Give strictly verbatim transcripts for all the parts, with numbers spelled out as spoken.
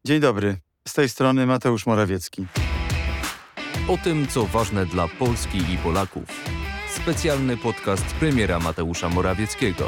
Dzień dobry, z tej strony Mateusz Morawiecki. O tym, co ważne dla Polski i Polaków. Specjalny podcast premiera Mateusza Morawieckiego.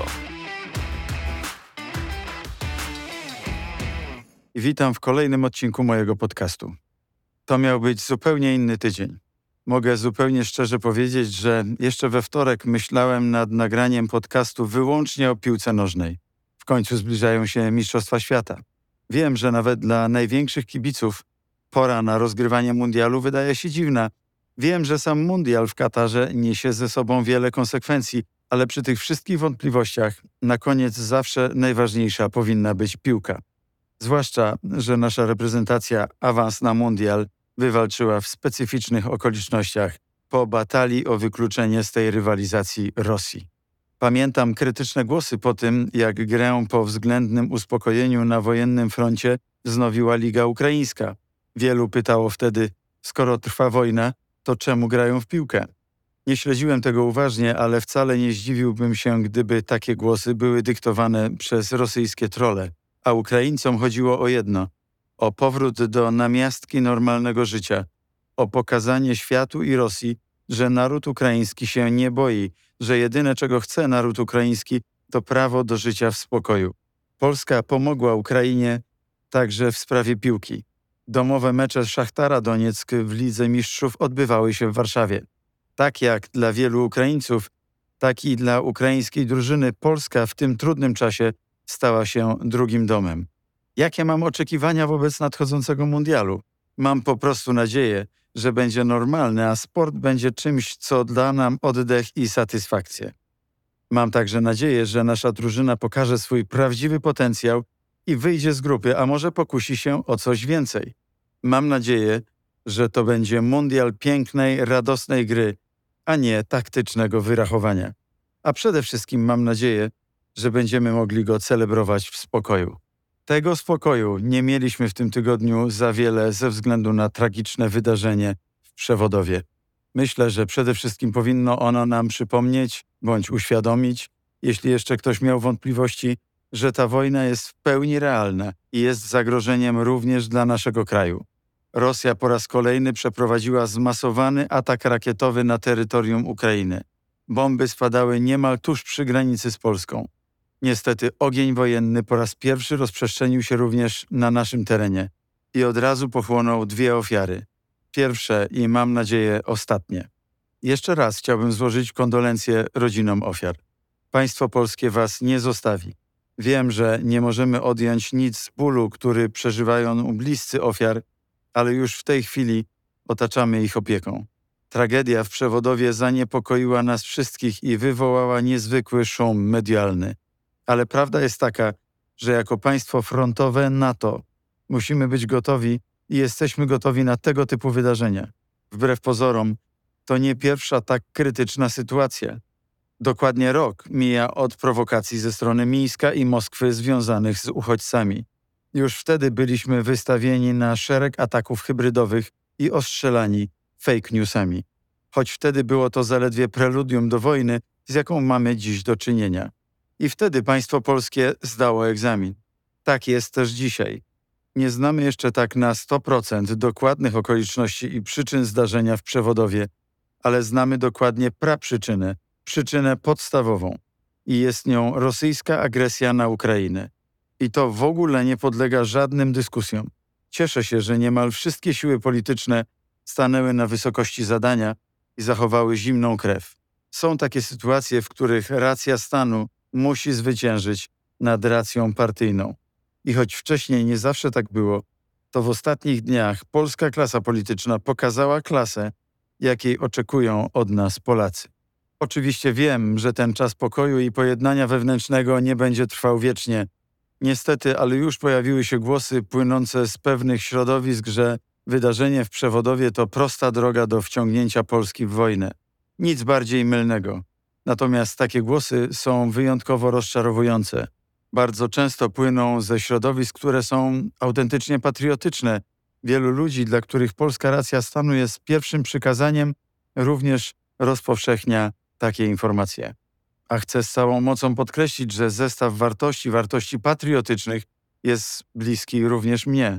Witam w kolejnym odcinku mojego podcastu. To miał być zupełnie inny tydzień. Mogę zupełnie szczerze powiedzieć, że jeszcze we wtorek myślałem nad nagraniem podcastu wyłącznie o piłce nożnej. W końcu zbliżają się Mistrzostwa Świata. Wiem, że nawet dla największych kibiców pora na rozgrywanie mundialu wydaje się dziwna. Wiem, że sam mundial w Katarze niesie ze sobą wiele konsekwencji, ale przy tych wszystkich wątpliwościach na koniec zawsze najważniejsza powinna być piłka. Zwłaszcza, że nasza reprezentacja awans na mundial wywalczyła w specyficznych okolicznościach po batalii o wykluczenie z tej rywalizacji Rosji. Pamiętam krytyczne głosy po tym, jak grę po względnym uspokojeniu na wojennym froncie wznowiła Liga Ukraińska. Wielu pytało wtedy, skoro trwa wojna, to czemu grają w piłkę? Nie śledziłem tego uważnie, ale wcale nie zdziwiłbym się, gdyby takie głosy były dyktowane przez rosyjskie trolle. A Ukraińcom chodziło o jedno – o powrót do namiastki normalnego życia, o pokazanie światu i Rosji, że naród ukraiński się nie boi, że jedyne czego chce naród ukraiński to prawo do życia w spokoju. Polska pomogła Ukrainie także w sprawie piłki. Domowe mecze Szachtara Donieck w Lidze Mistrzów odbywały się w Warszawie. Tak jak dla wielu Ukraińców, tak i dla ukraińskiej drużyny Polska w tym trudnym czasie stała się drugim domem. Jakie mam oczekiwania wobec nadchodzącego mundialu? Mam po prostu nadzieję, że będzie normalny, a sport będzie czymś, co da nam oddech i satysfakcję. Mam także nadzieję, że nasza drużyna pokaże swój prawdziwy potencjał i wyjdzie z grupy, a może pokusi się o coś więcej. Mam nadzieję, że to będzie mundial pięknej, radosnej gry, a nie taktycznego wyrachowania. A przede wszystkim mam nadzieję, że będziemy mogli go celebrować w spokoju. Tego spokoju nie mieliśmy w tym tygodniu za wiele ze względu na tragiczne wydarzenie w Przewodowie. Myślę, że przede wszystkim powinno ono nam przypomnieć bądź uświadomić, jeśli jeszcze ktoś miał wątpliwości, że ta wojna jest w pełni realna i jest zagrożeniem również dla naszego kraju. Rosja po raz kolejny przeprowadziła zmasowany atak rakietowy na terytorium Ukrainy. Bomby spadały niemal tuż przy granicy z Polską. Niestety ogień wojenny po raz pierwszy rozprzestrzenił się również na naszym terenie i od razu pochłonął dwie ofiary. Pierwsze i mam nadzieję ostatnie. Jeszcze raz chciałbym złożyć kondolencje rodzinom ofiar. Państwo polskie was nie zostawi. Wiem, że nie możemy odjąć nic z bólu, który przeżywają bliscy ofiar, ale już w tej chwili otaczamy ich opieką. Tragedia w Przewodowie zaniepokoiła nas wszystkich i wywołała niezwykły szum medialny. Ale prawda jest taka, że jako państwo frontowe NATO musimy być gotowi i jesteśmy gotowi na tego typu wydarzenia. Wbrew pozorom, to nie pierwsza tak krytyczna sytuacja. Dokładnie rok mija od prowokacji ze strony Mińska i Moskwy związanych z uchodźcami. Już wtedy byliśmy wystawieni na szereg ataków hybrydowych i ostrzelani fake newsami. Choć wtedy było to zaledwie preludium do wojny, z jaką mamy dziś do czynienia. I wtedy państwo polskie zdało egzamin. Tak jest też dzisiaj. Nie znamy jeszcze tak na sto procent dokładnych okoliczności i przyczyn zdarzenia w Przewodowie, ale znamy dokładnie praprzyczynę, przyczynę podstawową. I jest nią rosyjska agresja na Ukrainę. I to w ogóle nie podlega żadnym dyskusjom. Cieszę się, że niemal wszystkie siły polityczne stanęły na wysokości zadania i zachowały zimną krew. Są takie sytuacje, w których racja stanu musi zwyciężyć nad racją partyjną. I choć wcześniej nie zawsze tak było, to w ostatnich dniach polska klasa polityczna pokazała klasę, jakiej oczekują od nas Polacy. Oczywiście wiem, że ten czas pokoju i pojednania wewnętrznego nie będzie trwał wiecznie. Niestety, ale już pojawiły się głosy płynące z pewnych środowisk, że wydarzenie w Przewodowie to prosta droga do wciągnięcia Polski w wojnę. Nic bardziej mylnego. Natomiast takie głosy są wyjątkowo rozczarowujące. Bardzo często płyną ze środowisk, które są autentycznie patriotyczne. Wielu ludzi, dla których polska racja stanu jest pierwszym przykazaniem, również rozpowszechnia takie informacje. A chcę z całą mocą podkreślić, że zestaw wartości, wartości patriotycznych jest bliski również mnie.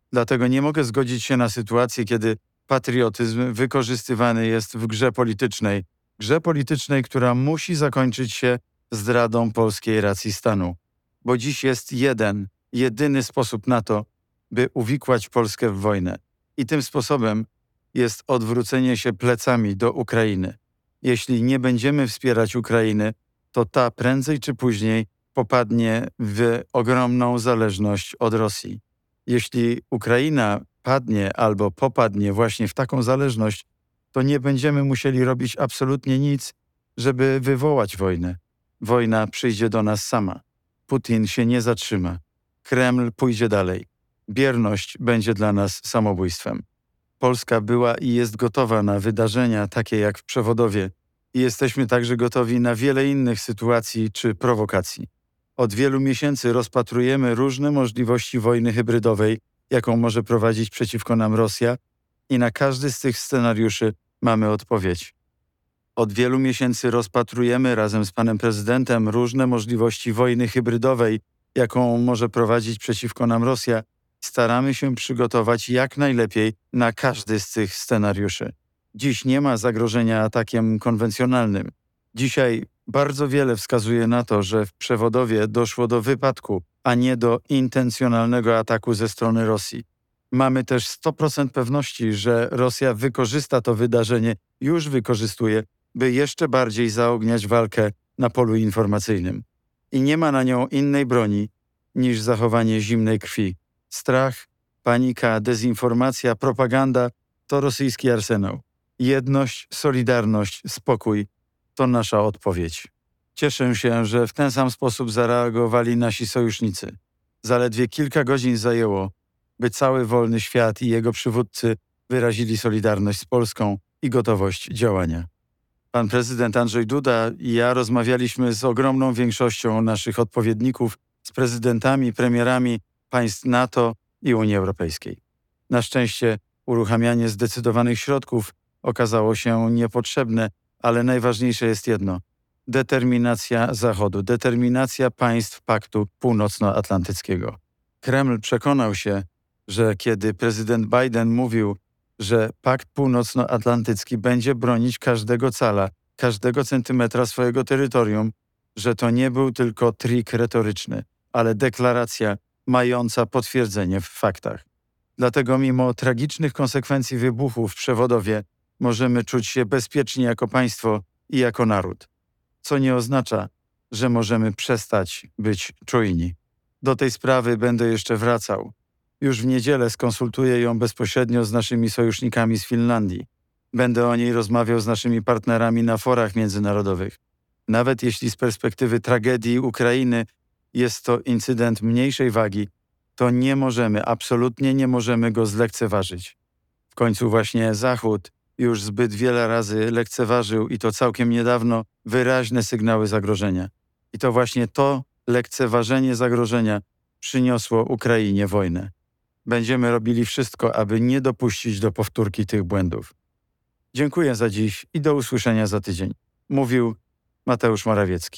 Dlatego nie mogę zgodzić się na sytuację, kiedy patriotyzm wykorzystywany jest w grze politycznej. Grze politycznej, która musi zakończyć się zdradą polskiej racji stanu. Bo dziś jest jeden, jedyny sposób na to, by uwikłać Polskę w wojnę. I tym sposobem jest odwrócenie się plecami do Ukrainy. Jeśli nie będziemy wspierać Ukrainy, to ta prędzej czy później popadnie w ogromną zależność od Rosji. Jeśli Ukraina padnie albo popadnie właśnie w taką zależność, to nie będziemy musieli robić absolutnie nic, żeby wywołać wojnę. Wojna przyjdzie do nas sama. Putin się nie zatrzyma. Kreml pójdzie dalej. Bierność będzie dla nas samobójstwem. Polska była i jest gotowa na wydarzenia takie jak w Przewodowie i jesteśmy także gotowi na wiele innych sytuacji czy prowokacji. Od wielu miesięcy rozpatrujemy różne możliwości wojny hybrydowej, jaką może prowadzić przeciwko nam Rosja, i na każdy z tych scenariuszy mamy odpowiedź. Od wielu miesięcy rozpatrujemy razem z panem prezydentem różne możliwości wojny hybrydowej, jaką może prowadzić przeciwko nam Rosja. Staramy się przygotować jak najlepiej na każdy z tych scenariuszy. Dziś nie ma zagrożenia atakiem konwencjonalnym. Dzisiaj bardzo wiele wskazuje na to, że w Przewodowie doszło do wypadku, a nie do intencjonalnego ataku ze strony Rosji. Mamy też sto procent pewności, że Rosja wykorzysta to wydarzenie, już wykorzystuje, by jeszcze bardziej zaogniać walkę na polu informacyjnym. I nie ma na nią innej broni niż zachowanie zimnej krwi. Strach, panika, dezinformacja, propaganda to rosyjski arsenał. Jedność, solidarność, spokój to nasza odpowiedź. Cieszę się, że w ten sam sposób zareagowali nasi sojusznicy. Zaledwie kilka godzin zajęło, by cały wolny świat i jego przywódcy wyrazili solidarność z Polską i gotowość działania. Pan prezydent Andrzej Duda i ja rozmawialiśmy z ogromną większością naszych odpowiedników, z prezydentami, premierami państw NATO i Unii Europejskiej. Na szczęście uruchamianie zdecydowanych środków okazało się niepotrzebne, ale najważniejsze jest jedno – determinacja Zachodu, determinacja państw Paktu Północnoatlantyckiego. Kreml przekonał się, że kiedy prezydent Biden mówił, że Pakt Północnoatlantycki będzie bronić każdego cala, każdego centymetra swojego terytorium, że to nie był tylko trik retoryczny, ale deklaracja mająca potwierdzenie w faktach. Dlatego mimo tragicznych konsekwencji wybuchu w Przewodowie możemy czuć się bezpieczni jako państwo i jako naród, co nie oznacza, że możemy przestać być czujni. Do tej sprawy będę jeszcze wracał. Już w niedzielę skonsultuję ją bezpośrednio z naszymi sojusznikami z Finlandii. Będę o niej rozmawiał z naszymi partnerami na forach międzynarodowych. Nawet jeśli z perspektywy tragedii Ukrainy jest to incydent mniejszej wagi, to nie możemy, absolutnie nie możemy go zlekceważyć. W końcu właśnie Zachód już zbyt wiele razy lekceważył i to całkiem niedawno wyraźne sygnały zagrożenia. I to właśnie to lekceważenie zagrożenia przyniosło Ukrainie wojnę. Będziemy robili wszystko, aby nie dopuścić do powtórki tych błędów. Dziękuję za dziś i do usłyszenia za tydzień. Mówił Mateusz Morawiecki.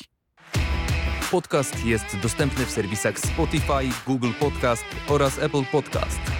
Podcast jest dostępny w serwisach Spotify, Google Podcast oraz Apple Podcast.